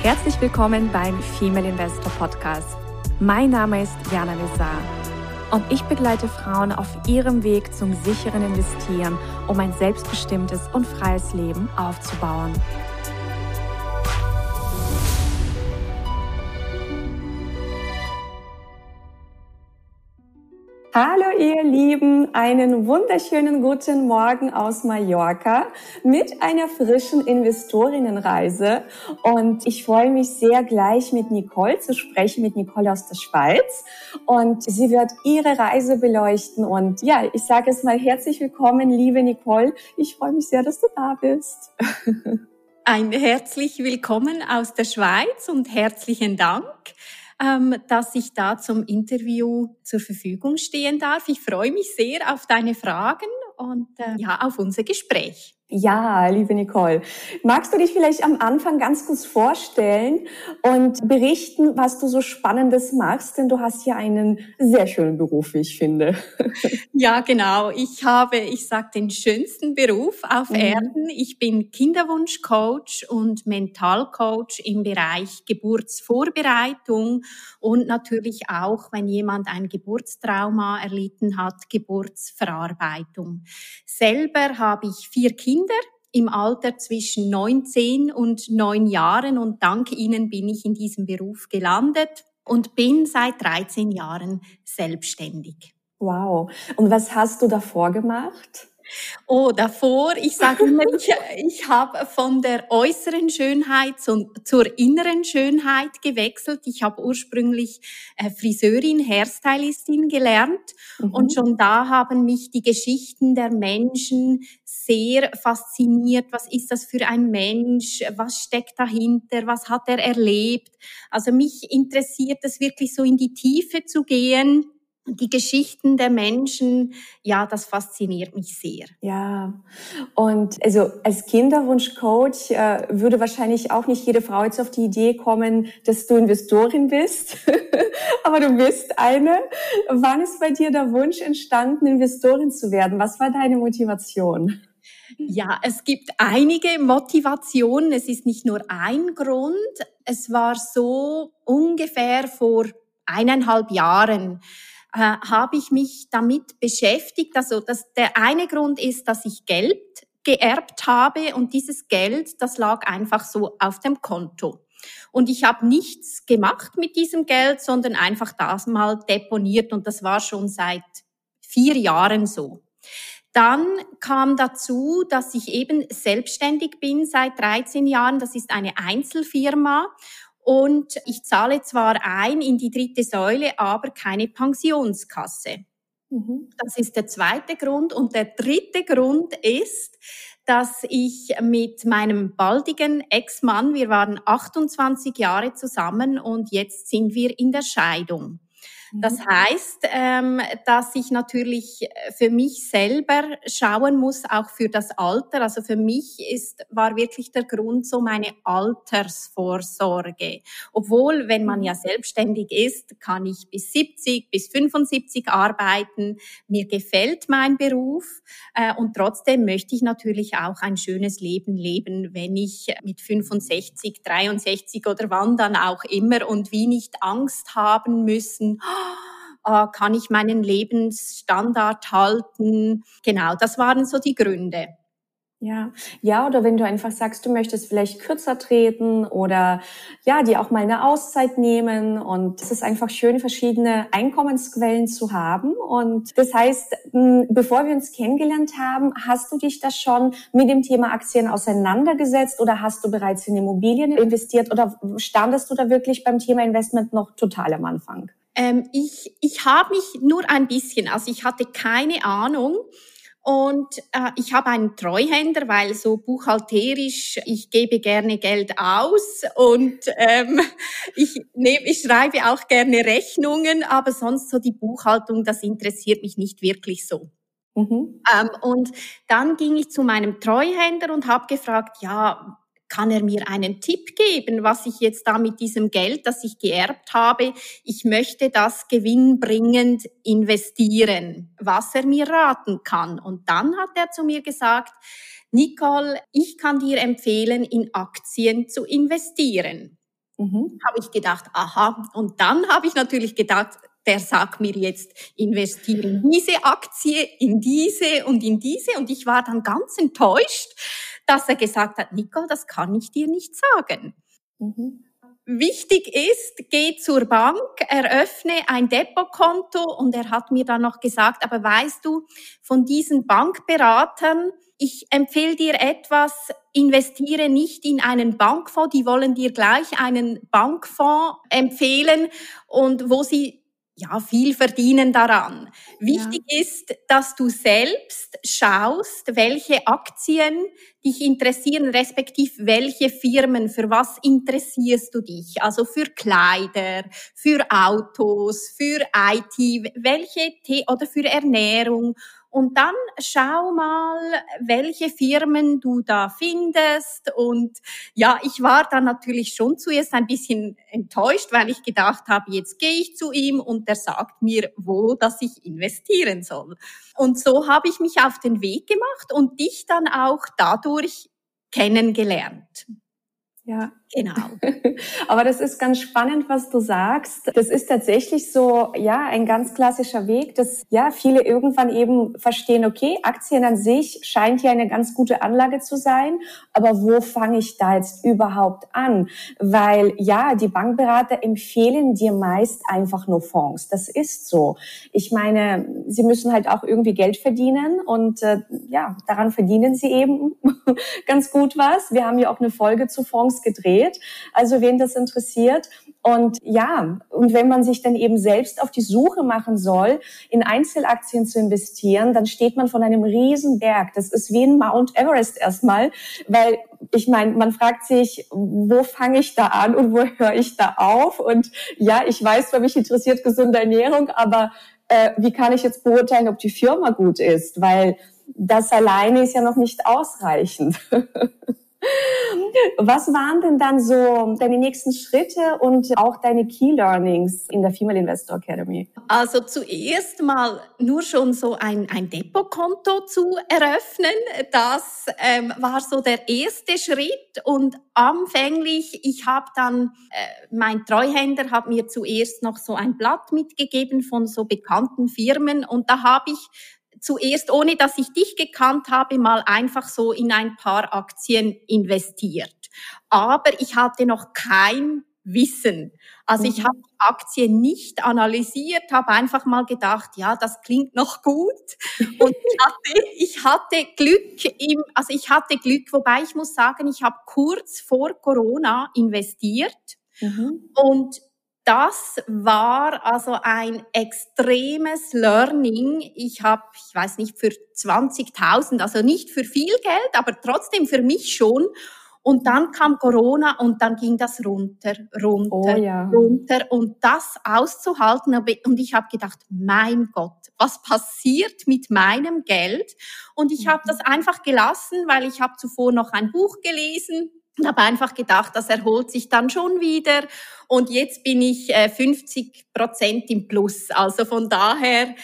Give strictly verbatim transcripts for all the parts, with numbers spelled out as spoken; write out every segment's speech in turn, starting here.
Herzlich willkommen beim Female Investor Podcast. Mein Name ist Jana Lezar und ich begleite Frauen auf ihrem Weg zum sicheren Investieren, um ein selbstbestimmtes und freies Leben aufzubauen. Hallo ihr Lieben, einen wunderschönen guten Morgen aus Mallorca mit einer frischen Investorinnenreise und ich freue mich sehr gleich mit Nicole zu sprechen, mit Nicole aus der Schweiz und sie wird ihre Reise beleuchten und ja, ich sage es mal herzlich willkommen, liebe Nicole, ich freue mich sehr, dass du da bist. Ein herzlich willkommen aus der Schweiz und herzlichen Dank, dass ich da zum Interview zur Verfügung stehen darf. Ich freue mich sehr auf deine Fragen und äh, ja, auf unser Gespräch. Ja, liebe Nicole, magst du dich vielleicht am Anfang ganz kurz vorstellen und berichten, was du so Spannendes machst? Denn du hast ja einen sehr schönen Beruf, wie ich finde. Ja, genau. Ich habe, ich sag, den schönsten Beruf auf mhm. Erden. Ich bin Kinderwunschcoach und Mentalcoach im Bereich Geburtsvorbereitung und natürlich auch, wenn jemand ein Geburtstrauma erlitten hat, Geburtsverarbeitung. Selber habe ich vier Kinder im Alter zwischen neunzehn und neun Jahren und dank ihnen bin ich in diesem Beruf gelandet und bin seit dreizehn Jahren selbstständig. Wow. Und was hast du davor gemacht? Oh, davor, ich sage immer, ich, ich habe von der äußeren Schönheit zum, zur inneren Schönheit gewechselt. Ich habe ursprünglich äh, Friseurin, Hairstylistin gelernt mhm. und schon da haben mich die Geschichten der Menschen sehr fasziniert. Was ist das für ein Mensch? Was steckt dahinter? Was hat er erlebt? Also mich interessiert es wirklich so in die Tiefe zu gehen. Die Geschichten der Menschen, ja, das fasziniert mich sehr. Ja, und also als Kinderwunschcoach äh, würde wahrscheinlich auch nicht jede Frau jetzt auf die Idee kommen, dass du Investorin bist, aber du bist eine. Wann ist bei dir der Wunsch entstanden, Investorin zu werden? Was war deine Motivation? Ja, es gibt einige Motivationen. Es ist nicht nur ein Grund. Es war so ungefähr vor eineinhalb Jahren, Äh, habe ich mich damit beschäftigt. Also das, der eine Grund ist, dass ich Geld geerbt habe und dieses Geld, das lag einfach so auf dem Konto. Und ich habe nichts gemacht mit diesem Geld, sondern einfach das mal deponiert und das war schon seit vier Jahren so. Dann kam dazu, dass ich eben selbstständig bin seit dreizehn Jahren. Das ist eine Einzelfirma. Und ich zahle zwar ein in die dritte Säule, aber keine Pensionskasse. Mhm. Das ist der zweite Grund. Und der dritte Grund ist, dass ich mit meinem baldigen Ex-Mann, wir waren achtundzwanzig Jahre zusammen und jetzt sind wir in der Scheidung. Das heißt, ähm, dass ich natürlich für mich selber schauen muss, auch für das Alter. Also für mich ist, war wirklich der Grund so meine Altersvorsorge. Obwohl, wenn man ja selbstständig ist, kann ich bis siebzig, bis fünfundsiebzig arbeiten. Mir gefällt mein Beruf äh, und trotzdem möchte ich natürlich auch ein schönes Leben leben, wenn ich mit fünfundsechzig, dreiundsechzig oder wann dann auch immer und wie nicht Angst haben müssen, kann ich meinen Lebensstandard halten? Genau, das waren so die Gründe. Ja, ja, oder wenn du einfach sagst, du möchtest vielleicht kürzer treten oder ja, dir auch mal eine Auszeit nehmen und es ist einfach schön, verschiedene Einkommensquellen zu haben und das heißt, bevor wir uns kennengelernt haben, hast du dich da schon mit dem Thema Aktien auseinandergesetzt oder hast du bereits in Immobilien investiert oder standest du da wirklich beim Thema Investment noch total am Anfang? Ähm, ich, ich habe mich nur ein bisschen, also ich hatte keine Ahnung. Und äh, ich habe einen Treuhänder, weil so buchhalterisch, ich gebe gerne Geld aus und ähm, ich, nehm, ich schreibe auch gerne Rechnungen, aber sonst so die Buchhaltung, das interessiert mich nicht wirklich so. Mhm. Ähm, und dann ging ich zu meinem Treuhänder und habe gefragt, ja, kann er mir einen Tipp geben, was ich jetzt da mit diesem Geld, das ich geerbt habe, ich möchte das gewinnbringend investieren, was er mir raten kann. Und dann hat er zu mir gesagt, Nicole, ich kann dir empfehlen, in Aktien zu investieren. Mhm. Habe ich gedacht, aha. Und dann habe ich natürlich gedacht, der sagt mir jetzt, investiere in diese Aktie, in diese und in diese. Und ich war dann ganz enttäuscht, dass er gesagt hat, Nicole, das kann ich dir nicht sagen. Mhm. Wichtig ist, geh zur Bank, eröffne ein Depotkonto, und er hat mir dann noch gesagt, aber weißt du, von diesen Bankberatern, ich empfehle dir etwas, investiere nicht in einen Bankfonds, die wollen dir gleich einen Bankfonds empfehlen, und wo sie ja viel verdienen daran. Wichtig ja. ist, dass du selbst schaust, welche Aktien dich interessieren, respektive welche Firmen, für was interessierst du dich? Also für Kleider, für Autos, für I T, welche The- oder für Ernährung. Und dann schau mal, welche Firmen du da findest. Und ja, ich war dann natürlich schon zuerst ein bisschen enttäuscht, weil ich gedacht habe, jetzt gehe ich zu ihm und der sagt mir, wo, dass ich investieren soll. Und so habe ich mich auf den Weg gemacht und dich dann auch dadurch kennengelernt. Ja. Genau. Aber das ist ganz spannend, was du sagst. Das ist tatsächlich so, ja, ein ganz klassischer Weg, dass, ja, viele irgendwann eben verstehen, okay, Aktien an sich scheint ja eine ganz gute Anlage zu sein, aber wo fange ich da jetzt überhaupt an? Weil, ja, die Bankberater empfehlen dir meist einfach nur Fonds. Das ist so. Ich meine, sie müssen halt auch irgendwie Geld verdienen und, äh, ja, daran verdienen sie eben ganz gut was. Wir haben ja auch eine Folge zu Fonds gedreht. Also wen das interessiert. Und ja, und wenn man sich dann eben selbst auf die Suche machen soll, in Einzelaktien zu investieren, dann steht man von einem riesen Berg. Das ist wie ein Mount Everest erstmal, weil ich meine, man fragt sich, wo fange ich da an und wo höre ich da auf? Und ja, ich weiß, mich interessiert gesunde Ernährung, aber äh, wie kann ich jetzt beurteilen, ob die Firma gut ist? Weil das alleine ist ja noch nicht ausreichend. Was waren denn dann so deine nächsten Schritte und auch deine Key Learnings in der Female Investor Academy? Also zuerst mal nur schon so ein, ein Depotkonto zu eröffnen. Das ähm, war so der erste Schritt, und anfänglich, ich habe dann, äh, mein Treuhänder hat mir zuerst noch so ein Blatt mitgegeben von so bekannten Firmen, und da habe ich zuerst, ohne dass ich dich gekannt habe, mal einfach so in ein paar Aktien investiert. Aber ich hatte noch kein Wissen. Also ich habe die Aktien nicht analysiert, habe einfach mal gedacht, ja, das klingt noch gut. Und ich hatte, ich hatte Glück im, also ich hatte Glück, wobei ich muss sagen, ich habe kurz vor Corona investiert. Mhm. Und das war also ein extremes Learning. Ich habe, ich weiß nicht, für zwanzigtausend, also nicht für viel Geld, aber trotzdem für mich schon. Und dann kam Corona und dann ging das runter, runter, oh, ja. runter. Und das auszuhalten. Und ich habe gedacht, mein Gott, was passiert mit meinem Geld? Und ich habe das einfach gelassen, weil ich habe zuvor noch ein Buch gelesen und habe einfach gedacht, das erholt sich dann schon wieder. Und jetzt bin ich äh, fünfzig Prozent im Plus. Also von daher,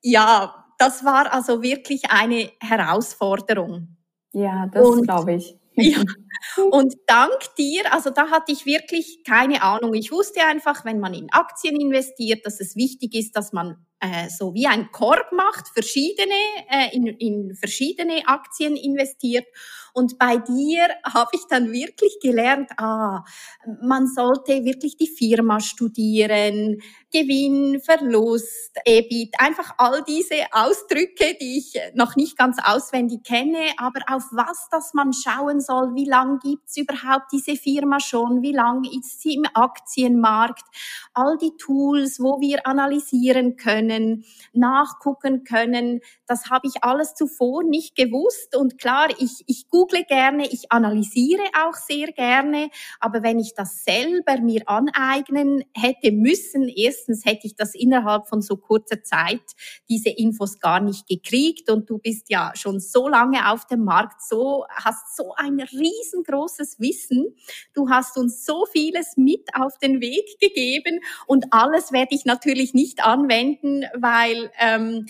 ja, das war also wirklich eine Herausforderung. Ja, das glaube ich. Ja. Und dank dir, also da hatte ich wirklich keine Ahnung. Ich wusste einfach, wenn man in Aktien investiert, dass es wichtig ist, dass man äh, so wie ein Korb macht, verschiedene äh, in, in verschiedene Aktien investiert. Und bei dir habe ich dann wirklich gelernt, ah, man sollte wirklich die Firma studieren, Gewinn, Verlust, E B I T, einfach all diese Ausdrücke, die ich noch nicht ganz auswendig kenne, aber auf was das man schauen soll, wie lange gibt's überhaupt diese Firma schon, wie lange ist sie im Aktienmarkt, all die Tools, wo wir analysieren können, nachgucken können, das habe ich alles zuvor nicht gewusst. Und klar, ich, ich google gerne, ich analysiere auch sehr gerne, aber wenn ich das selber mir aneignen hätte müssen, erstens hätte ich das innerhalb von so kurzer Zeit, diese Infos gar nicht gekriegt, und du bist ja schon so lange auf dem Markt, so, hast so ein riesengroßes Wissen, du hast uns so vieles mit auf den Weg gegeben, und alles werde ich natürlich nicht anwenden, weil ähm,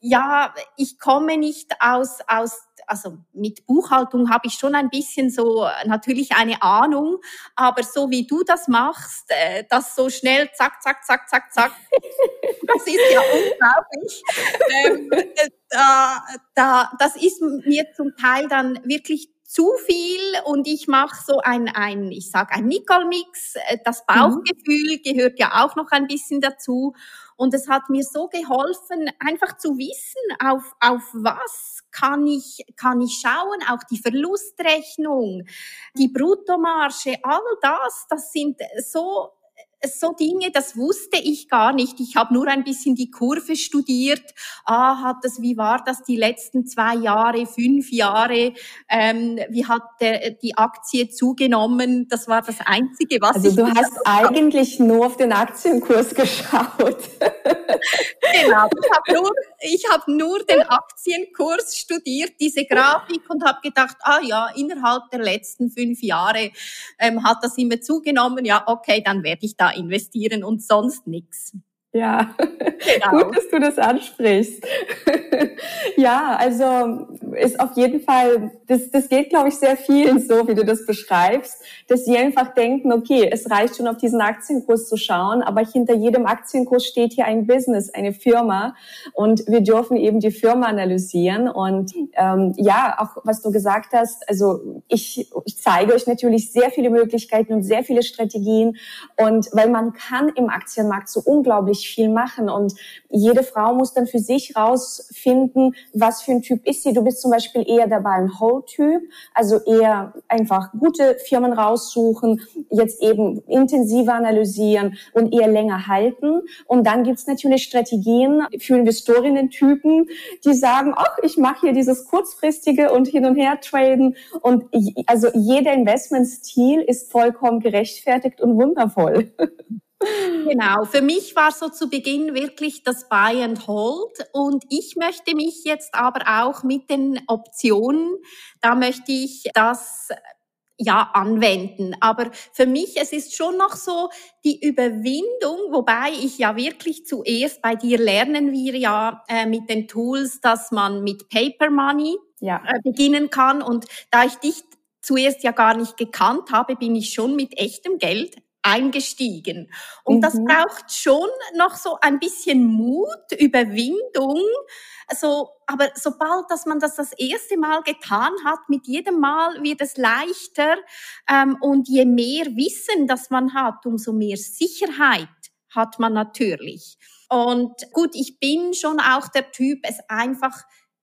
ja, ich komme nicht aus, aus, also mit Buchhaltung habe ich schon ein bisschen so natürlich eine Ahnung, aber so wie du das machst, äh, das so schnell zack, zack, zack, zack, zack, das ist ja unglaublich. Ähm, da, da, das ist mir zum Teil dann wirklich zu viel und ich mache so ein, ein ich sage ein Nickel-Mix. Das Bauchgefühl gehört ja auch noch ein bisschen dazu. Und es hat mir so geholfen, einfach zu wissen, auf, auf was kann ich, kann ich schauen, auch die Verlustrechnung, die Bruttomarge, all das, das sind so so Dinge, das wusste ich gar nicht. Ich habe nur ein bisschen die Kurve studiert. Ah, hat das, wie war das die letzten zwei Jahre, fünf Jahre? Ähm, wie hat der, die Aktie zugenommen? Das war das Einzige, was also ich... Also du hast eigentlich nur auf den Aktienkurs geschaut. Genau, ich habe nur, ich hab nur den Aktienkurs studiert, diese Grafik, und habe gedacht, ah ja, innerhalb der letzten fünf Jahre ähm, hat das immer zugenommen. Ja, okay, dann werde ich da investieren und sonst nichts. Ja, genau. Gut, dass du das ansprichst. Ja, also ist auf jeden Fall, das, das geht, glaube ich, sehr vielen so, wie du das beschreibst, dass sie einfach denken, okay, es reicht schon auf diesen Aktienkurs zu schauen, aber hinter jedem Aktienkurs steht hier ein Business, eine Firma, und wir dürfen eben die Firma analysieren. Und ähm, ja, auch was du gesagt hast, also ich, ich zeige euch natürlich sehr viele Möglichkeiten und sehr viele Strategien, und weil man kann im Aktienmarkt so unglaublich viel machen, und jede Frau muss dann für sich rausfinden, was für ein Typ ist sie. Du bist zum Beispiel eher der Buy-and-Hold-Typ, also eher einfach gute Firmen raussuchen, jetzt eben intensiver analysieren und eher länger halten. Und dann gibt's natürlich Strategien für Investorinnen-Typen, die sagen, ach, ich mache hier dieses kurzfristige und hin und her traden. Und also jeder Investmentstil ist vollkommen gerechtfertigt und wundervoll. Genau, für mich war so zu Beginn wirklich das Buy and Hold, und ich möchte mich jetzt aber auch mit den Optionen, da möchte ich das ja anwenden. Aber für mich, es ist schon noch so die Überwindung, wobei ich ja wirklich zuerst, bei dir lernen wir ja äh, mit den Tools, dass man mit Paper Money ja. äh, beginnen kann, und da ich dich zuerst ja gar nicht gekannt habe, bin ich schon mit echtem Geld eingestiegen. Und mhm. das braucht schon noch so ein bisschen Mut, Überwindung. Also, aber sobald, dass man das das erste Mal getan hat, mit jedem Mal wird es leichter. Ähm, und je mehr Wissen, das man hat, umso mehr Sicherheit hat man natürlich. Und gut, ich bin schon auch der Typ, es einfach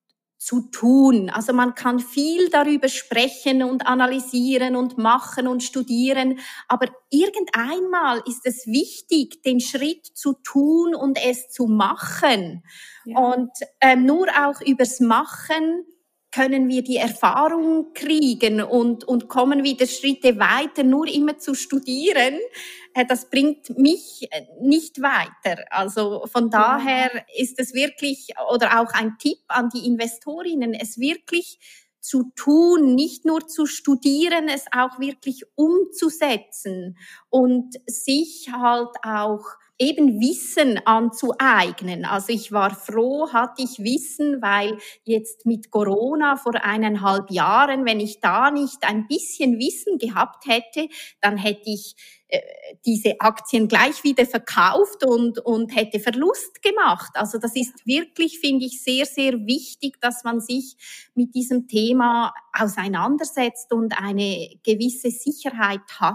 zu tun. Also man kann viel darüber sprechen und analysieren und machen und studieren, aber irgendeinmal ist es wichtig, den Schritt zu tun und es zu machen. Ja. Und äh, nur auch übers Machen können wir die Erfahrung kriegen und, und kommen wieder Schritte weiter. Nur immer zu studieren, äh, das bringt mich nicht weiter. Also von daher ist es wirklich, oder auch ein Tipp an die Investorinnen, es wirklich zu tun, nicht nur zu studieren, es auch wirklich umzusetzen und sich halt auch eben Wissen anzueignen. Also ich war froh, hatte ich Wissen, weil jetzt mit Corona vor eineinhalb Jahren, wenn ich da nicht ein bisschen Wissen gehabt hätte, dann hätte ich äh, diese Aktien gleich wieder verkauft und, und hätte Verlust gemacht. Also das ist wirklich, finde ich, sehr, sehr wichtig, dass man sich mit diesem Thema auseinandersetzt und eine gewisse Sicherheit hat.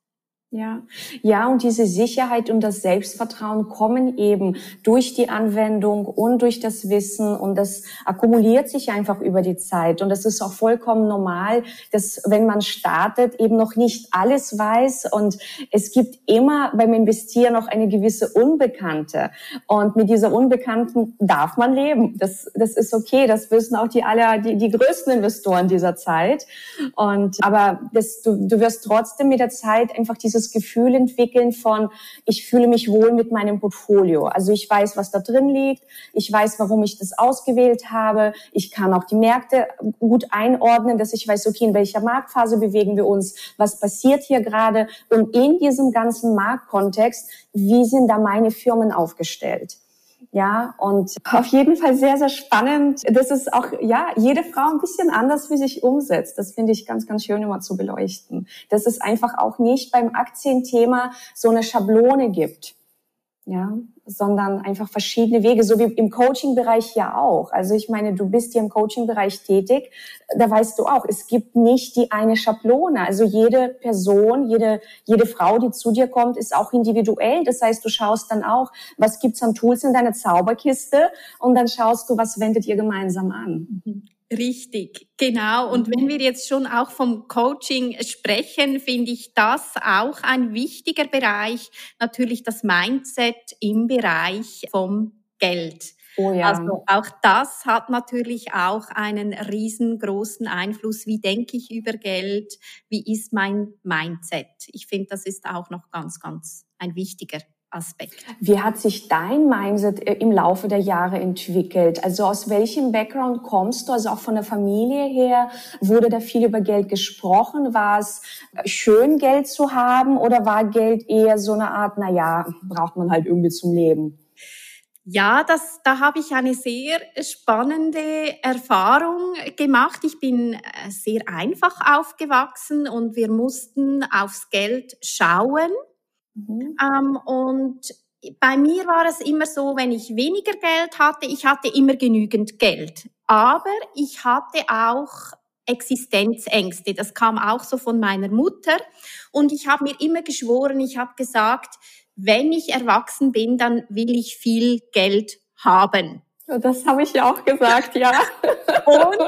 Ja, ja, und diese Sicherheit und das Selbstvertrauen kommen eben durch die Anwendung und durch das Wissen, und das akkumuliert sich einfach über die Zeit. Und das ist auch vollkommen normal, dass wenn man startet, eben noch nicht alles weiß, und es gibt immer beim Investieren noch eine gewisse Unbekannte, und mit dieser Unbekannten darf man leben. Das, das ist okay. Das wissen auch die aller, die, die größten Investoren dieser Zeit. Und, aber das, du, du wirst trotzdem mit der Zeit einfach dieses Gefühl entwickeln von, ich fühle mich wohl mit meinem Portfolio. Also ich weiß, was da drin liegt. Ich weiß, warum ich das ausgewählt habe. Ich kann auch die Märkte gut einordnen, dass ich weiß, okay, in welcher Marktphase bewegen wir uns? Was passiert hier gerade? Und in diesem ganzen Marktkontext, wie sind da meine Firmen aufgestellt? Ja, und auf jeden Fall sehr, sehr spannend, dass es auch, ja, jede Frau ein bisschen anders für sich umsetzt. Das finde ich ganz, ganz schön immer zu beleuchten. Dass es einfach auch nicht beim Aktienthema so eine Schablone gibt. Ja, sondern einfach verschiedene Wege, so wie im Coaching-Bereich ja auch. Also ich meine, du bist ja im Coaching-Bereich tätig, da weißt du auch, es gibt nicht die eine Schablone. Also jede Person, jede jede Frau, die zu dir kommt, ist auch individuell. Das heißt, du schaust dann auch, was gibt's an Tools in deiner Zauberkiste und dann schaust du, was wendet ihr gemeinsam an. Richtig, genau. Und wenn wir jetzt schon auch vom Coaching sprechen, finde ich das auch ein wichtiger Bereich, natürlich das Mindset im Bereich vom Geld. Oh ja. Also auch das hat natürlich auch einen riesengroßen Einfluss. Wie denke ich über Geld? Wie ist mein Mindset? Ich finde, das ist auch noch ganz, ganz ein wichtiger Aspekt. Wie hat sich dein Mindset im Laufe der Jahre entwickelt? Also aus welchem Background kommst du? Also auch von der Familie her? Wurde da viel über Geld gesprochen? War es schön, Geld zu haben? Oder war Geld eher so eine Art, na ja, braucht man halt irgendwie zum Leben? Ja, das, da habe ich eine sehr spannende Erfahrung gemacht. Ich bin sehr einfach aufgewachsen und wir mussten aufs Geld schauen. Mhm. Ähm, und bei mir war es immer so, wenn ich weniger Geld hatte, ich hatte immer genügend Geld. Aber ich hatte auch Existenzängste. Das kam auch so von meiner Mutter. Und ich habe mir immer geschworen, ich habe gesagt, wenn ich erwachsen bin, dann will ich viel Geld haben. Das habe ich ja auch gesagt, ja. Und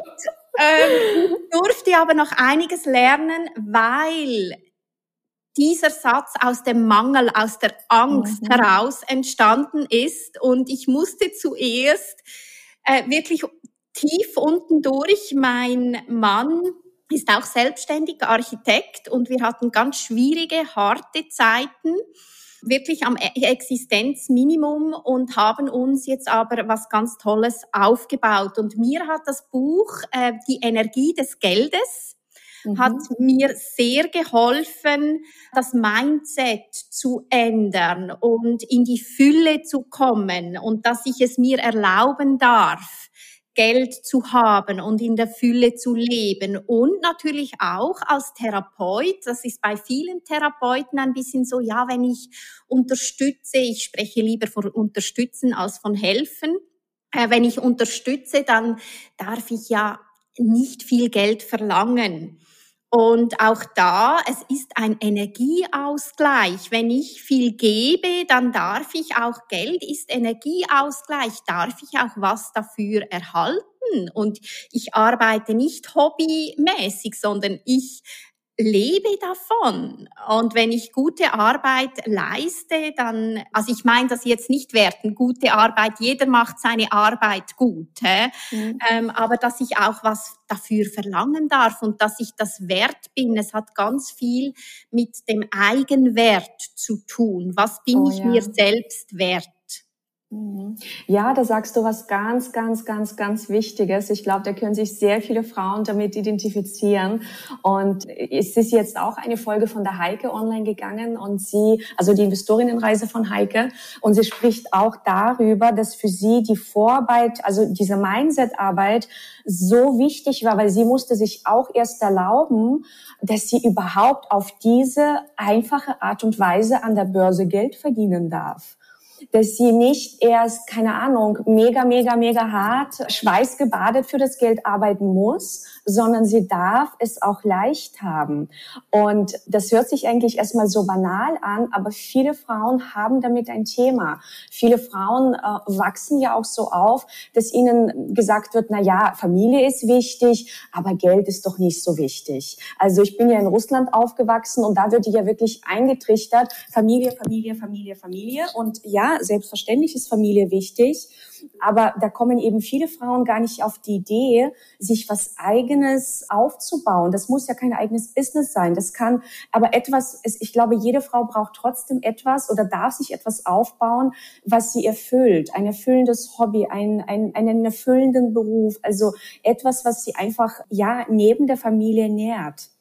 ähm, ich durfte aber noch einiges lernen, weil dieser Satz aus dem Mangel, aus der Angst mhm. heraus entstanden ist. Und ich musste zuerst äh, wirklich tief unten durch, mein Mann ist auch selbstständiger Architekt und wir hatten ganz schwierige, harte Zeiten, wirklich am Existenzminimum und haben uns jetzt aber was ganz Tolles aufgebaut. Und mir hat das Buch äh, Die Energie des Geldes mhm. hat mir sehr geholfen, das Mindset zu ändern und in die Fülle zu kommen und dass ich es mir erlauben darf, Geld zu haben und in der Fülle zu leben. Und natürlich auch als Therapeut, das ist bei vielen Therapeuten ein bisschen so, ja, wenn ich unterstütze, ich spreche lieber von unterstützen als von helfen, äh, wenn ich unterstütze, dann darf ich ja nicht viel Geld verlangen. Und auch da, es ist ein Energieausgleich. Wenn ich viel gebe, dann darf ich auch, Geld ist Energieausgleich, darf ich auch was dafür erhalten. Und ich arbeite nicht hobbymäßig, sondern ich lebe davon. Und wenn ich gute Arbeit leiste, dann, also ich meine das jetzt nicht werten, gute Arbeit, jeder macht seine Arbeit gut, hä? Mhm. Ähm, aber dass ich auch was dafür verlangen darf und dass ich das wert bin, es hat ganz viel mit dem Eigenwert zu tun. Was bin oh, ich ja. mir selbst wert? Ja, da sagst du was ganz, ganz, ganz, ganz Wichtiges. Ich glaube, da können sich sehr viele Frauen damit identifizieren. Und es ist jetzt auch eine Folge von der Heike online gegangen und sie, also die Investorinnenreise von Heike, und sie spricht auch darüber, dass für sie die Vorarbeit, also diese Mindset-Arbeit so wichtig war, weil sie musste sich auch erst erlauben, dass sie überhaupt auf diese einfache Art und Weise an der Börse Geld verdienen darf. Dass sie nicht erst, keine Ahnung, mega, mega, mega hart, schweißgebadet für das Geld arbeiten muss, sondern sie darf es auch leicht haben. Und das hört sich eigentlich erstmal so banal an, aber viele Frauen haben damit ein Thema. Viele Frauen äh, wachsen ja auch so auf, dass ihnen gesagt wird, na ja, Familie ist wichtig, aber Geld ist doch nicht so wichtig. Also ich bin ja in Russland aufgewachsen und da wird ja wirklich eingetrichtert, Familie, Familie, Familie, Familie. Und ja, selbstverständlich ist Familie wichtig, aber da kommen eben viele Frauen gar nicht auf die Idee, sich was Eigenes aufzubauen. Das muss ja kein eigenes Business sein. Das kann aber etwas, ich glaube, jede Frau braucht trotzdem etwas oder darf sich etwas aufbauen, was sie erfüllt. Ein erfüllendes Hobby, ein, ein, einen erfüllenden Beruf. Also etwas, was sie einfach, ja, neben der Familie nährt.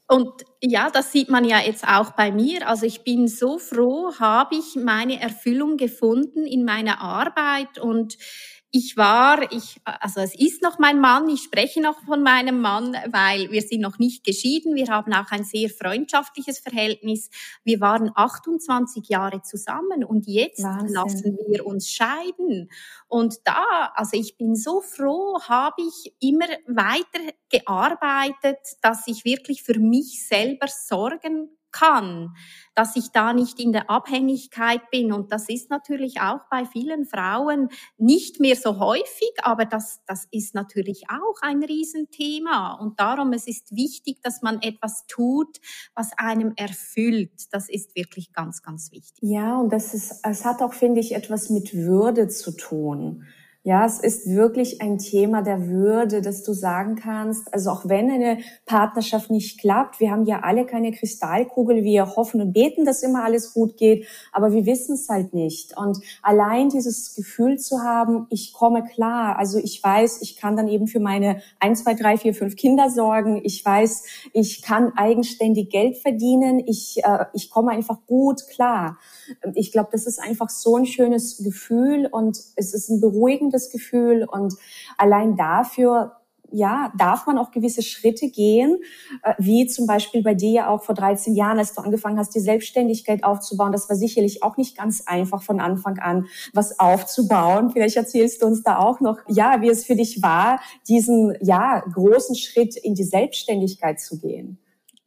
Und ja, das sieht man ja jetzt auch bei mir. Also ich bin so froh, habe ich meine Erfüllung gefunden in meiner Arbeit und ich war, ich, also es ist noch mein Mann, ich spreche noch von meinem Mann, weil wir sind noch nicht geschieden. Wir haben auch ein sehr freundschaftliches Verhältnis. Wir waren achtundzwanzig Jahre zusammen und jetzt Wahnsinn. lassen wir uns scheiden. Und da, also ich bin so froh, habe ich immer weiter gearbeitet, dass ich wirklich für mich selber sorgen kann, dass ich da nicht in der Abhängigkeit bin. Und das ist natürlich auch bei vielen Frauen nicht mehr so häufig, aber das, das ist natürlich auch ein Riesenthema. Und darum, es ist wichtig, dass man etwas tut, was einem erfüllt. Das ist wirklich ganz, ganz wichtig. Ja, und das ist, es hat auch, finde ich, etwas mit Würde zu tun. Ja, es ist wirklich ein Thema der Würde, dass du sagen kannst, also auch wenn eine Partnerschaft nicht klappt, wir haben ja alle keine Kristallkugel, wir hoffen und beten, dass immer alles gut geht, aber wir wissen es halt nicht. Und allein dieses Gefühl zu haben, ich komme klar, also ich weiß, ich kann dann eben für meine eins, zwei, drei, vier, fünf Kinder sorgen, ich weiß, ich kann eigenständig Geld verdienen, ich, äh, ich komme einfach gut klar. Ich glaube, das ist einfach so ein schönes Gefühl und es ist ein beruhigendes Gefühl und allein dafür, ja, darf man auch gewisse Schritte gehen, wie zum Beispiel bei dir ja auch vor dreizehn Jahren, als du angefangen hast, die Selbstständigkeit aufzubauen. Das war sicherlich auch nicht ganz einfach von Anfang an, was aufzubauen. Vielleicht erzählst du uns da auch noch, ja, wie es für dich war, diesen, ja, großen Schritt in die Selbstständigkeit zu gehen.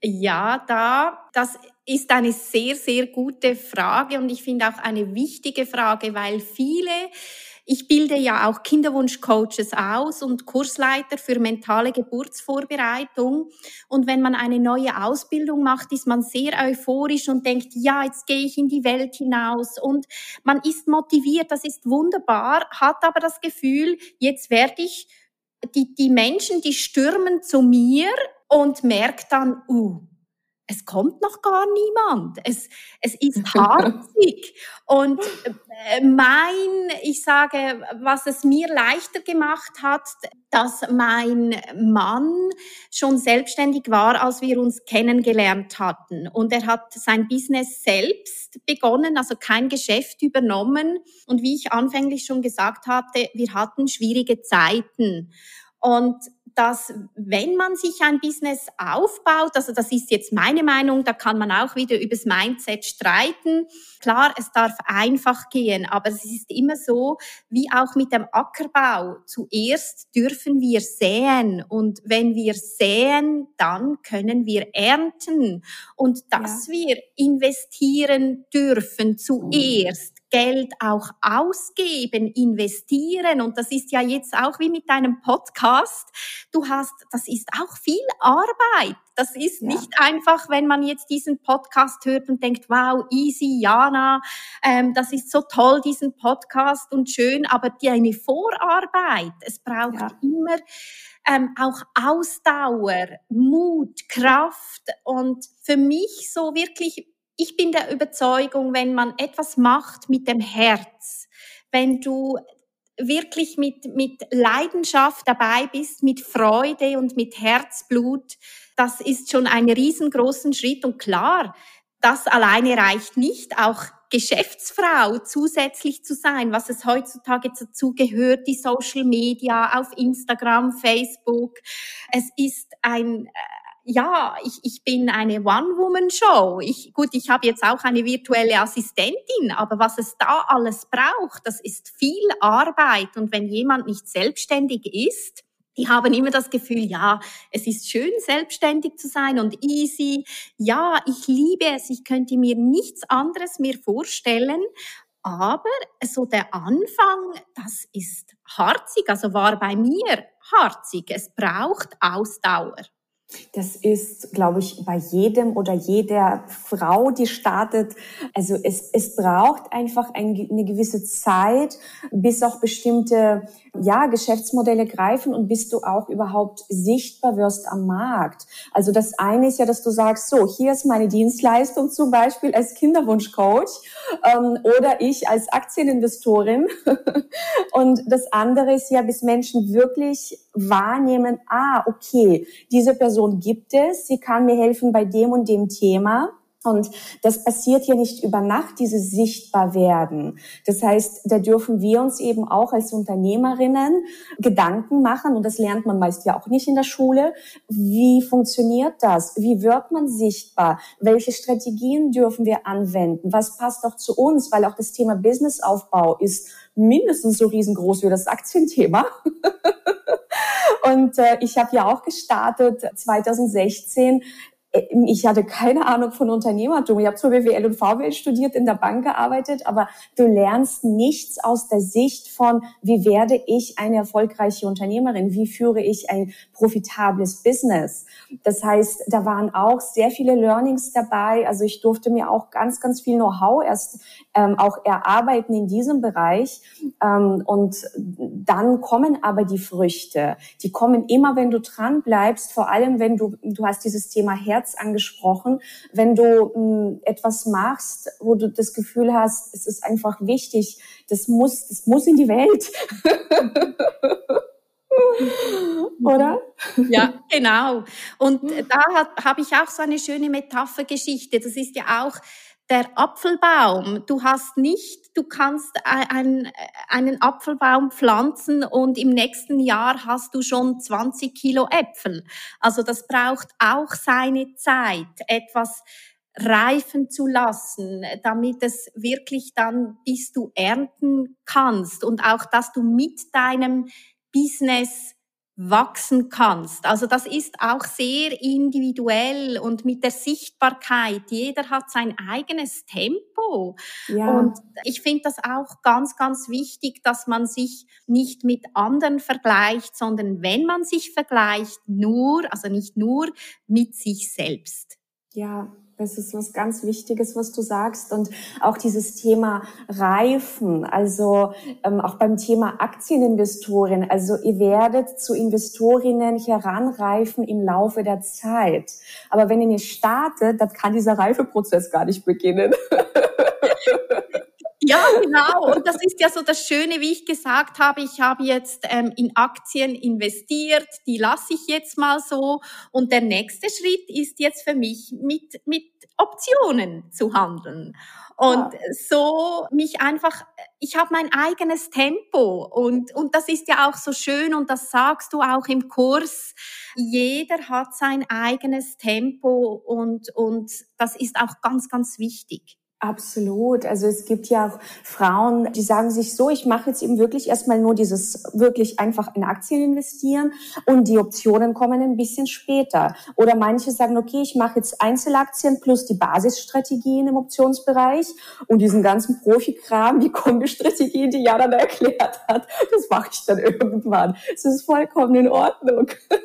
Ja, da, das ist eine sehr, sehr gute Frage und ich finde auch eine wichtige Frage, weil viele, ich bilde ja auch Kinderwunschcoaches aus und Kursleiter für mentale Geburtsvorbereitung. Und wenn man eine neue Ausbildung macht, ist man sehr euphorisch und denkt, ja, jetzt gehe ich in die Welt hinaus. Und man ist motiviert, das ist wunderbar, hat aber das Gefühl, jetzt werde ich, die, die Menschen, die stürmen zu mir und merkt dann, uh, es kommt noch gar niemand. Es, es ist harzig. Und mein, ich sage, was es mir leichter gemacht hat, dass mein Mann schon selbstständig war, als wir uns kennengelernt hatten. Und er hat sein Business selbst begonnen, also kein Geschäft übernommen. Und wie ich anfänglich schon gesagt hatte, wir hatten schwierige Zeiten. Und dass, wenn man sich ein Business aufbaut, also das ist jetzt meine Meinung, da kann man auch wieder übers Mindset streiten. Klar, es darf einfach gehen, aber es ist immer so, wie auch mit dem Ackerbau. Zuerst dürfen wir säen und wenn wir säen, dann können wir ernten. Und dass ja. wir investieren dürfen zuerst, Geld auch ausgeben, investieren. Und das ist ja jetzt auch wie mit deinem Podcast. Du hast, das ist auch viel Arbeit. Das ist ja. nicht einfach, wenn man jetzt diesen Podcast hört und denkt, wow, easy, Jana, ähm, das ist so toll, diesen Podcast und schön. Aber die eine Vorarbeit, es braucht ja. immer ähm, auch Ausdauer, Mut, Kraft. Und für mich so wirklich, ich bin der Überzeugung, wenn man etwas macht mit dem Herz, wenn du wirklich mit, mit Leidenschaft dabei bist, mit Freude und mit Herzblut, das ist schon ein riesengroßen Schritt. Und klar, das alleine reicht nicht, auch Geschäftsfrau zusätzlich zu sein, was es heutzutage dazu gehört, die Social Media auf Instagram, Facebook. Es ist ein... Ja, ich, ich bin eine One-Woman-Show. Ich, gut, ich habe jetzt auch eine virtuelle Assistentin, aber was es da alles braucht, das ist viel Arbeit. Und wenn jemand nicht selbstständig ist, die haben immer das Gefühl, ja, es ist schön, selbstständig zu sein und easy. Ja, ich liebe es. Ich könnte mir nichts anderes mehr vorstellen. Aber so der Anfang, das ist harzig, also war bei mir harzig. Es braucht Ausdauer. Das ist, glaube ich, bei jedem oder jeder Frau, die startet. Also es, es braucht einfach ein, eine gewisse Zeit, bis auch bestimmte ja, Geschäftsmodelle greifen und bis du auch überhaupt sichtbar wirst am Markt. Also das eine ist ja, dass du sagst, so, hier ist meine Dienstleistung zum Beispiel als Kinderwunschcoach ähm, oder ich als Aktieninvestorin. Und das andere ist ja, bis Menschen wirklich wahrnehmen, ah, okay, diese Person gibt es, sie kann mir helfen bei dem und dem Thema. Und das passiert ja nicht über Nacht, dieses Sichtbarwerden. Das heißt, da dürfen wir uns eben auch als Unternehmerinnen Gedanken machen, und das lernt man meist ja auch nicht in der Schule. Wie funktioniert das? Wie wird man sichtbar? Welche Strategien dürfen wir anwenden? Was passt auch zu uns? Weil auch das Thema Businessaufbau ist mindestens so riesengroß wie das Aktienthema. Und äh, ich habe ja auch gestartet zwanzig sechzehn. Ich hatte keine Ahnung von Unternehmertum. Ich habe zwar B W L und V W L studiert, in der Bank gearbeitet, aber du lernst nichts aus der Sicht von, wie werde ich eine erfolgreiche Unternehmerin? Wie führe ich ein profitables Business? Das heißt, da waren auch sehr viele Learnings dabei. Also ich durfte mir auch ganz, ganz viel Know-how erst ähm, auch erarbeiten in diesem Bereich. Ähm, und dann kommen aber die Früchte. Die kommen immer, wenn du dran bleibst, vor allem wenn du, du hast dieses Thema Herz angesprochen, wenn du mh, etwas machst, wo du das Gefühl hast, es ist einfach wichtig, das muss, das muss in die Welt. Oder? Ja, genau. Und da habe ich auch so eine schöne Metaphergeschichte. Das ist ja auch der Apfelbaum. Du hast nicht, du kannst ein, einen Apfelbaum pflanzen und im nächsten Jahr hast du schon zwanzig Kilo Äpfel. Also das braucht auch seine Zeit, etwas reifen zu lassen, damit es wirklich dann, bis du ernten kannst und auch, dass du mit deinem Business wachsen kannst. Also das ist auch sehr individuell und mit der Sichtbarkeit. Jeder hat sein eigenes Tempo. Ja. Und ich finde das auch ganz, ganz wichtig, dass man sich nicht mit anderen vergleicht, sondern wenn man sich vergleicht, nur, also nicht nur mit sich selbst. Ja. Das ist was ganz Wichtiges, was du sagst. Und auch dieses Thema Reifen, also ähm, auch beim Thema Aktieninvestoren. Also ihr werdet zu Investorinnen heranreifen im Laufe der Zeit. Aber wenn ihr nicht startet, dann kann dieser Reifeprozess gar nicht beginnen. Ja, genau. Und das ist ja so das Schöne, wie ich gesagt habe. Ich habe jetzt ähm, in Aktien investiert, die lasse ich jetzt mal so. Und der nächste Schritt ist jetzt für mich, mit mit Optionen zu handeln. Und ja. so mich einfach, ich habe mein eigenes Tempo. Und und das ist ja auch so schön und das sagst du auch im Kurs. Jeder hat sein eigenes Tempo und und das ist auch ganz, ganz wichtig. Absolut. Also es gibt ja auch Frauen, die sagen sich so, ich mache jetzt eben wirklich erstmal nur dieses wirklich einfach in Aktien investieren und die Optionen kommen ein bisschen später. Oder manche sagen, okay, ich mache jetzt Einzelaktien plus die Basisstrategien im Optionsbereich und diesen ganzen Profikram, die Kombistrategien, die Jana da erklärt hat, das mache ich dann irgendwann. Es ist vollkommen in Ordnung.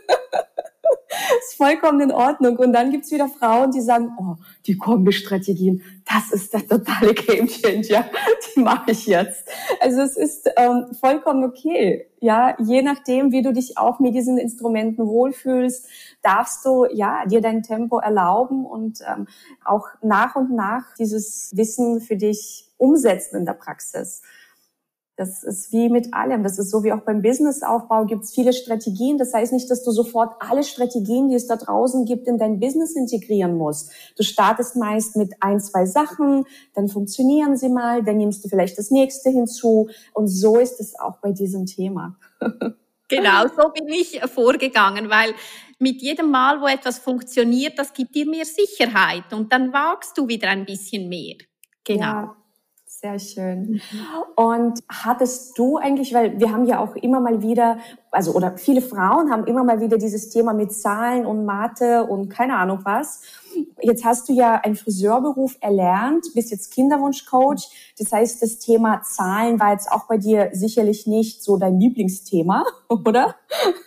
Das ist vollkommen in Ordnung. Und dann gibt's wieder Frauen, die sagen, oh, die Kombi-Strategien, das ist der totale Gamechanger, die mache ich jetzt. Also es ist ähm, vollkommen okay. Ja, je nachdem, wie du dich auch mit diesen Instrumenten wohlfühlst, darfst du ja dir dein Tempo erlauben und ähm, auch nach und nach dieses Wissen für dich umsetzen in der Praxis. Das ist wie mit allem. Das ist so wie auch beim Businessaufbau gibt es viele Strategien. Das heißt nicht, dass du sofort alle Strategien, die es da draußen gibt, in dein Business integrieren musst. Du startest meist mit ein, zwei Sachen, dann funktionieren sie mal, dann nimmst du vielleicht das nächste hinzu. Und so ist es auch bei diesem Thema. Genau, so bin ich vorgegangen, weil mit jedem Mal, wo etwas funktioniert, das gibt dir mehr Sicherheit und dann wagst du wieder ein bisschen mehr. Genau. Ja. Sehr schön. Und hattest du eigentlich, weil wir haben ja auch immer mal wieder, also oder viele Frauen haben immer mal wieder dieses Thema mit Zahlen und Mathe und keine Ahnung was. Jetzt hast du ja einen Friseurberuf erlernt, bist jetzt Kinderwunschcoach. Das heißt, das Thema Zahlen war jetzt auch bei dir sicherlich nicht so dein Lieblingsthema, oder?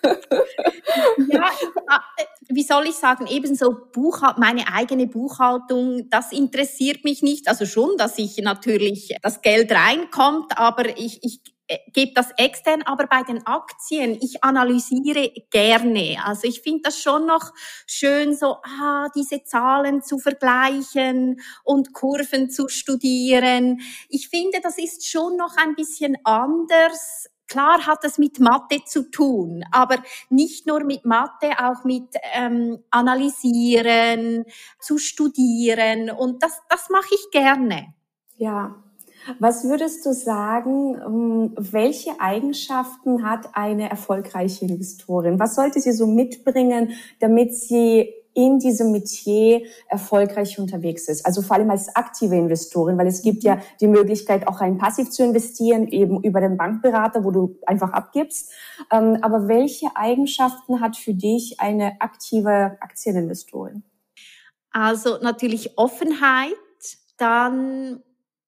Ja, wie soll ich sagen, ebenso Buchhalt, meine eigene Buchhaltung, das interessiert mich nicht. Also schon, dass ich natürlich das Geld reinkommt, aber ich, ich gebe das extern, aber bei den Aktien, ich analysiere gerne. Also ich finde das schon noch schön, so ah, diese Zahlen zu vergleichen und Kurven zu studieren. Ich finde, das ist schon noch ein bisschen anders klar hat es mit Mathe zu tun, aber nicht nur mit Mathe, auch mit ähm, Analysieren, zu studieren und das, das mache ich gerne. Ja. Was würdest du sagen, welche Eigenschaften hat eine erfolgreiche Investorin? Was sollte sie so mitbringen, damit sie in diesem Metier erfolgreich unterwegs ist? Also vor allem als aktive Investorin, weil es gibt ja die Möglichkeit, auch rein passiv zu investieren, eben über den Bankberater, wo du einfach abgibst. Aber welche Eigenschaften hat für dich eine aktive Aktieninvestorin? Also natürlich Offenheit, dann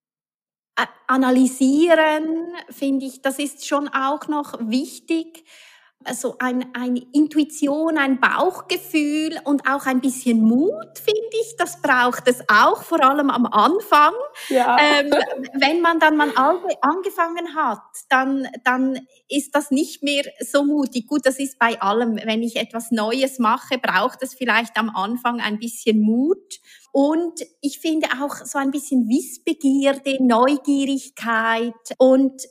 analysieren, finde ich, das ist schon auch noch wichtig. Also ein, eine Intuition, ein Bauchgefühl und auch ein bisschen Mut, finde ich, das braucht es auch, vor allem am Anfang. Ja. Ähm, wenn man dann mal angefangen hat, dann, dann ist das nicht mehr so mutig. Gut, das ist bei allem. Wenn ich etwas Neues mache, braucht es vielleicht am Anfang ein bisschen Mut. Und ich finde auch so ein bisschen Wissbegierde, Neugierigkeit und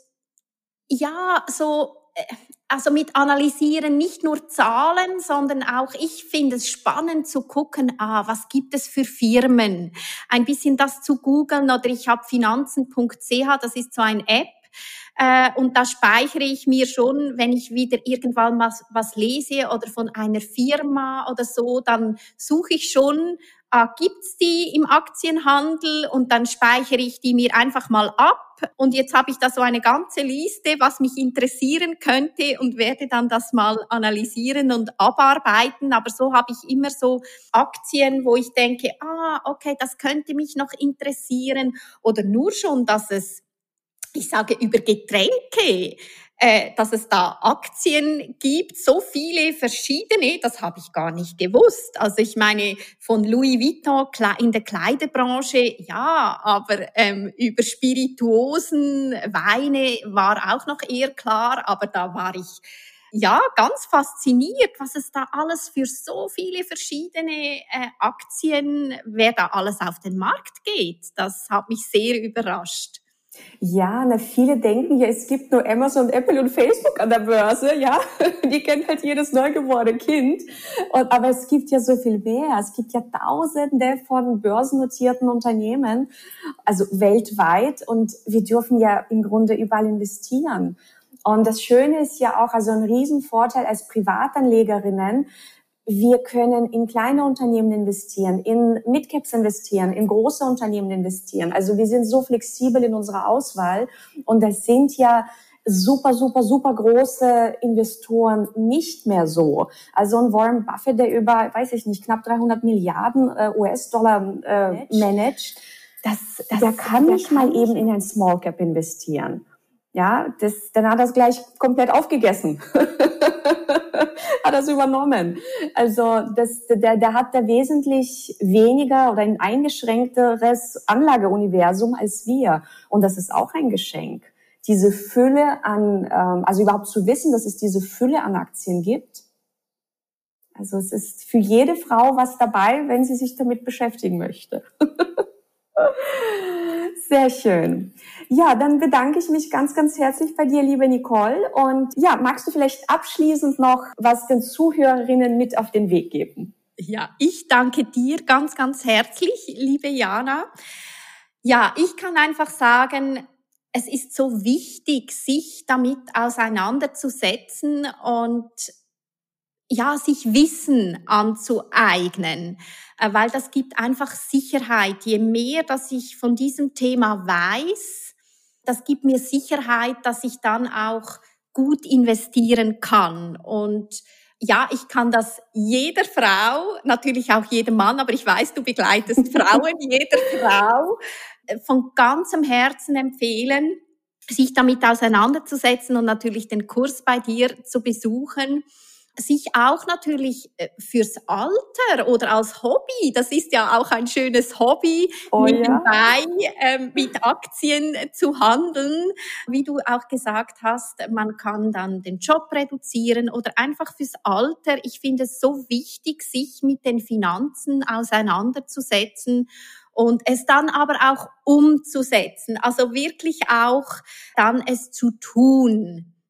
ja, so, also mit Analysieren nicht nur Zahlen, sondern auch, ich finde es spannend zu gucken, ah, was gibt es für Firmen? Ein bisschen das zu googeln oder ich habe finanzen punkt c h, das ist so ein App, äh, und da speichere ich mir schon, wenn ich wieder irgendwann was, was lese oder von einer Firma oder so, dann suche ich schon, ah, gibt's die im Aktienhandel und dann speichere ich die mir einfach mal ab. Und jetzt habe ich da so eine ganze Liste, was mich interessieren könnte und werde dann das mal analysieren und abarbeiten. Aber so habe ich immer so Aktien, wo ich denke, ah, okay, das könnte mich noch interessieren. Oder nur schon, dass es, ich sage über Getränke, äh, dass es da Aktien gibt, so viele verschiedene, das habe ich gar nicht gewusst. Also ich meine, von Louis Vuitton in der Kleiderbranche, ja, aber ähm, über Spirituosen, Weine war auch noch eher klar, aber da war ich ja ganz fasziniert, was es da alles für so viele verschiedene äh, Aktien, wer da alles auf den Markt geht. Das hat mich sehr überrascht. Ja, na, viele denken ja, es gibt nur Amazon, Apple und Facebook an der Börse, ja. Die kennt halt jedes neugeborene Kind. Und, aber es gibt ja so viel mehr. Es gibt ja Tausende von börsennotierten Unternehmen, also weltweit. Und wir dürfen ja im Grunde überall investieren. Und das Schöne ist ja auch, also ein Riesenvorteil als Privatanlegerinnen, wir können in kleine Unternehmen investieren, in Midcaps investieren, in große Unternehmen investieren. Also wir sind so flexibel in unserer Auswahl und das sind ja super, super, super große Investoren nicht mehr so. Also ein Warren Buffett, der über, weiß ich nicht, knapp dreihundert Milliarden äh, U S-Dollar äh, managt, das, das, der kann der nicht kann mal eben in ein Small Cap investieren. Ja, das, dann hat er es gleich komplett aufgegessen. Hat das übernommen. Also das, der, der hat da wesentlich weniger oder ein eingeschränkteres Anlageuniversum als wir. Und das ist auch ein Geschenk. Diese Fülle an, ähm, also überhaupt zu wissen, dass es diese Fülle an Aktien gibt. Also es ist für jede Frau was dabei, wenn sie sich damit beschäftigen möchte. Sehr schön. Ja, dann bedanke ich mich ganz, ganz herzlich bei dir, liebe Nicole. Und ja, magst du vielleicht abschließend noch was den Zuhörerinnen mit auf den Weg geben? Ja, ich danke dir ganz, ganz herzlich, liebe Jana. Ja, ich kann einfach sagen, es ist so wichtig, sich damit auseinanderzusetzen und ja, sich Wissen anzueignen, weil das gibt einfach Sicherheit. Je mehr, dass ich von diesem Thema weiß, das gibt mir Sicherheit, dass ich dann auch gut investieren kann. Und ja, ich kann das jeder Frau, natürlich auch jedem Mann, aber ich weiß, du begleitest Frauen, jeder Frau von ganzem Herzen empfehlen, sich damit auseinanderzusetzen und natürlich den Kurs bei dir zu besuchen. Sich auch natürlich fürs Alter oder als Hobby, das ist ja auch ein schönes Hobby, oh, nebenbei ja. ähm, mit Aktien zu handeln. Wie du auch gesagt hast, man kann dann den Job reduzieren oder einfach fürs Alter. Ich finde es so wichtig, sich mit den Finanzen auseinanderzusetzen und es dann aber auch umzusetzen. Also wirklich auch dann es zu tun.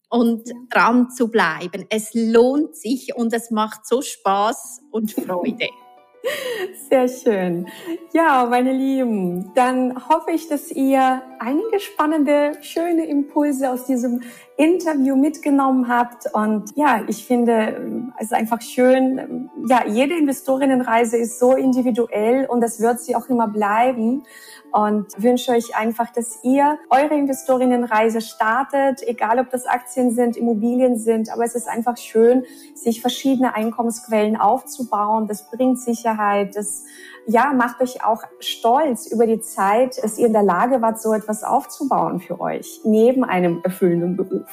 und ja. dran zu bleiben. Es lohnt sich und es macht so Spaß und Freude. Sehr schön. Ja, meine Lieben, dann hoffe ich, dass ihr einige spannende, schöne Impulse aus diesem Interview mitgenommen habt. Und ja, ich finde es ist einfach schön. Ja, jede Investorinnenreise ist so individuell und das wird sie auch immer bleiben. Und wünsche euch einfach, dass ihr eure Investorinnenreise startet, egal ob das Aktien sind, Immobilien sind. Aber es ist einfach schön, sich verschiedene Einkommensquellen aufzubauen. Das bringt Sicherheit. Das ja, macht euch auch stolz über die Zeit, dass ihr in der Lage wart, so etwas aufzubauen für euch, neben einem erfüllenden Beruf.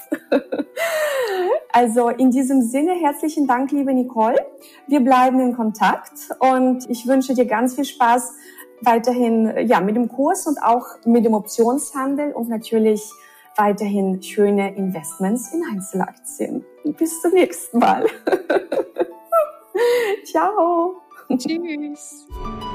Also in diesem Sinne, herzlichen Dank, liebe Nicole. Wir bleiben in Kontakt und ich wünsche dir ganz viel Spaß weiterhin ja mit dem Kurs und auch mit dem Optionshandel und natürlich weiterhin schöne Investments in Einzelaktien. Bis zum nächsten Mal. Ciao. Tschüss.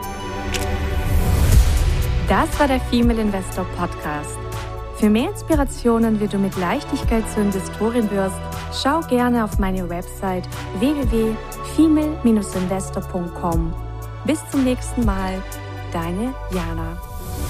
Das war der Female Investor Podcast. Für mehr Inspirationen, wie du mit Leichtigkeit zur Investorin wirst, schau gerne auf meine Website w w w punkt female Bindestrich investor punkt com. Bis zum nächsten Mal. Deine Jana.